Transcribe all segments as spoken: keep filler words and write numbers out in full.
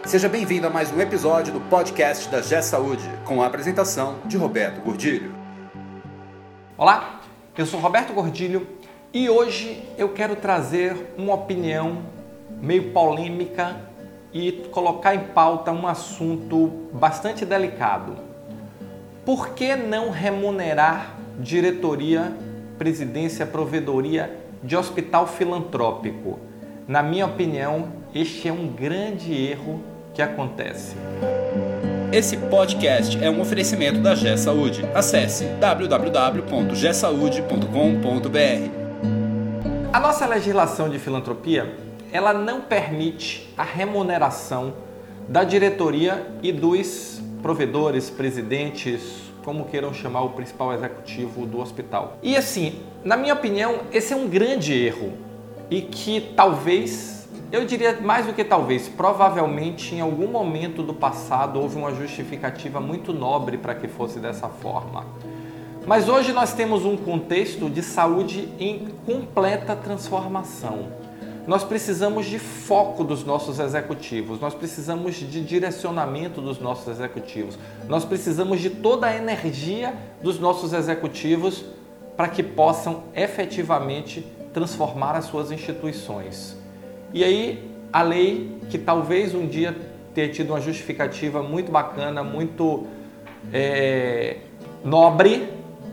Seja bem-vindo a mais um episódio do podcast da G E Saúde, com a apresentação de Roberto Gordilho. Olá, eu sou Roberto Gordilho e hoje eu quero trazer uma opinião meio polêmica e colocar em pauta um assunto bastante delicado. Por que não remunerar diretoria, presidência, provedoria de hospital filantrópico? Na minha opinião, este é um grande erro que acontece. Esse podcast é um oferecimento da G E Saúde. Acesse w w w ponto g saúde ponto com ponto b r. A nossa legislação de filantropia, ela não permite a remuneração da diretoria e dos provedores, presidentes, como queiram chamar o principal executivo do hospital. E assim, na minha opinião, esse é um grande erro e que talvez, eu diria mais do que talvez, provavelmente em algum momento do passado houve uma justificativa muito nobre para que fosse dessa forma. Mas hoje nós temos um contexto de saúde em completa transformação. Nós precisamos de foco dos nossos executivos, nós precisamos de direcionamento dos nossos executivos, nós precisamos de toda a energia dos nossos executivos para que possam efetivamente transformar as suas instituições. E aí, a lei, que talvez um dia tenha tido uma justificativa muito bacana, muito é, nobre,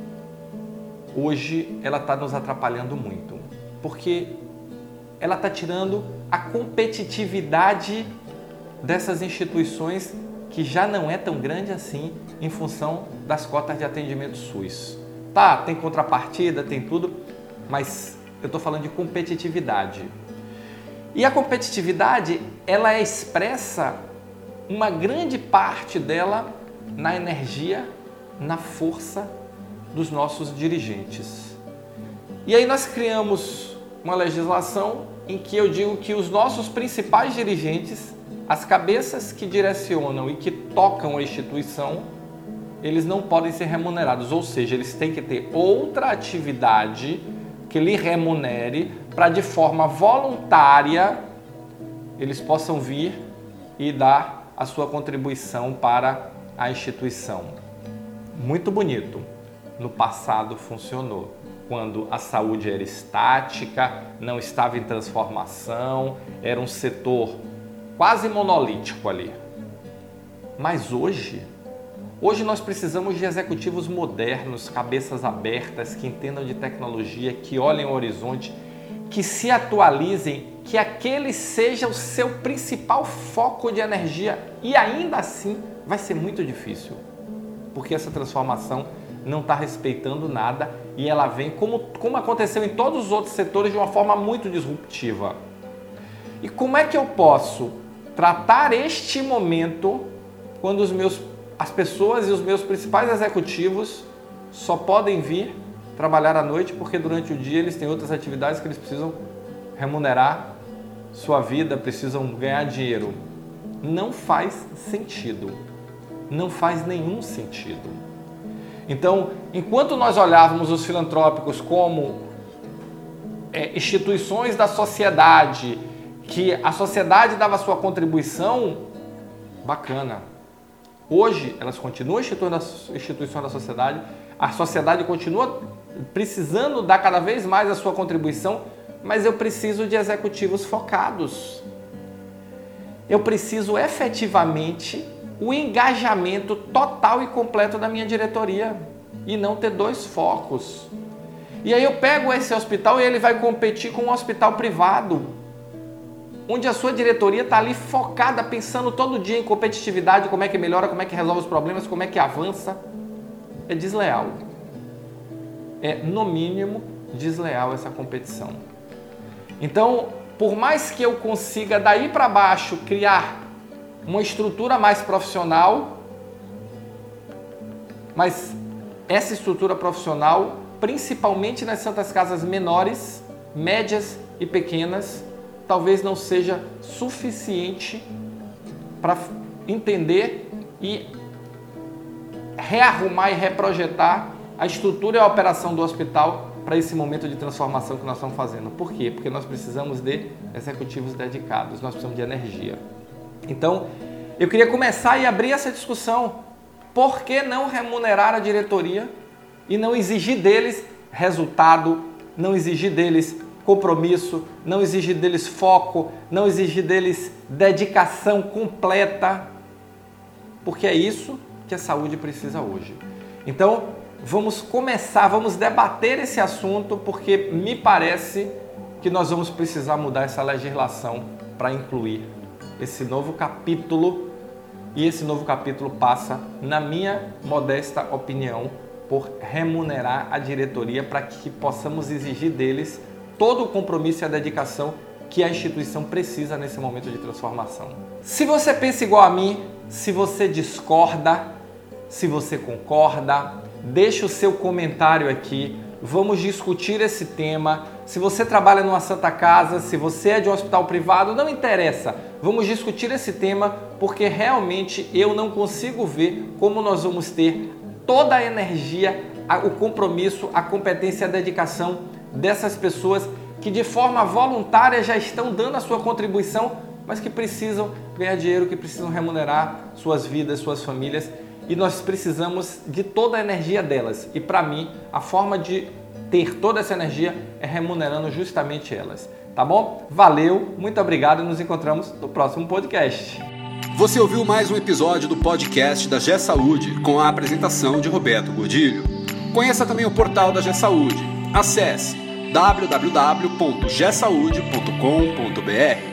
hoje ela está nos atrapalhando muito, porque ela está tirando a competitividade dessas instituições que já não é tão grande assim em função das cotas de atendimento SUS. Tá, tem contrapartida, tem tudo, mas eu estou falando de competitividade. E a competitividade, ela é expressa, uma grande parte dela, na energia, na força dos nossos dirigentes. E aí nós criamos uma legislação em que eu digo que os nossos principais dirigentes, as cabeças que direcionam e que tocam a instituição, eles não podem ser remunerados, ou seja, eles têm que ter outra atividade que lhe remunere para de forma voluntária eles possam vir e dar a sua contribuição para a instituição. Muito bonito. No passado funcionou, quando a saúde era estática, não estava em transformação, era um setor quase monolítico ali. Mas hoje, hoje nós precisamos de executivos modernos, cabeças abertas, que entendam de tecnologia, que olhem o horizonte, que se atualizem, que aquele seja o seu principal foco de energia. E ainda assim vai ser muito difícil, porque essa transformação não está respeitando nada e ela vem, como, como aconteceu em todos os outros setores, de uma forma muito disruptiva. E como é que eu posso tratar este momento quando os meus, as pessoas e os meus principais executivos só podem vir trabalhar à noite porque durante o dia eles têm outras atividades que eles precisam remunerar sua vida, precisam ganhar dinheiro? Não faz sentido. Não faz nenhum sentido. Então, enquanto nós olhávamos os filantrópicos como é, instituições da sociedade, que a sociedade dava sua contribuição, bacana. Hoje, elas continuam instituições da sociedade, a sociedade continua precisando dar cada vez mais a sua contribuição, mas eu preciso de executivos focados. Eu preciso efetivamente o engajamento total e completo da minha diretoria e não ter dois focos. E aí eu pego esse hospital e ele vai competir com um hospital privado, onde a sua diretoria está ali focada, pensando todo dia em competitividade, como é que melhora, como é que resolve os problemas, como é que avança. É desleal. É, no mínimo, desleal essa competição. Então, por mais que eu consiga daí para baixo criar uma estrutura mais profissional, mas essa estrutura profissional, principalmente nas santas casas menores, médias e pequenas, talvez não seja suficiente para entender e rearrumar e reprojetar a estrutura e a operação do hospital para esse momento de transformação que nós estamos fazendo. Por quê? Porque nós precisamos de executivos dedicados, nós precisamos de energia. Então, eu queria começar e abrir essa discussão. Por que não remunerar a diretoria e não exigir deles resultado, não exigir deles compromisso, não exigir deles foco, não exigir deles dedicação completa? Porque é isso que a saúde precisa hoje. Então, vamos começar, vamos debater esse assunto, porque me parece que nós vamos precisar mudar essa legislação para incluir esse novo capítulo. E esse novo capítulo passa, na minha modesta opinião, por remunerar a diretoria para que possamos exigir deles todo o compromisso e a dedicação que a instituição precisa nesse momento de transformação. Se você pensa igual a mim, se você discorda, se você concorda, deixe o seu comentário aqui. Vamos discutir esse tema. Se você trabalha numa Santa Casa, se você é de um hospital privado, não interessa. Vamos discutir esse tema porque realmente eu não consigo ver como nós vamos ter toda a energia, o compromisso, a competência e a dedicação dessas pessoas que de forma voluntária já estão dando a sua contribuição, mas que precisam ganhar dinheiro, que precisam remunerar suas vidas, suas famílias. E nós precisamos de toda a energia delas. E para mim, a forma de ter toda essa energia é remunerando justamente elas. Tá bom? Valeu, muito obrigado e nos encontramos no próximo podcast. Você ouviu mais um episódio do podcast da G Saúde com a apresentação de Roberto Godilho. Conheça também o portal da G Saúde. Acesse w w w ponto g saúde ponto com ponto b r.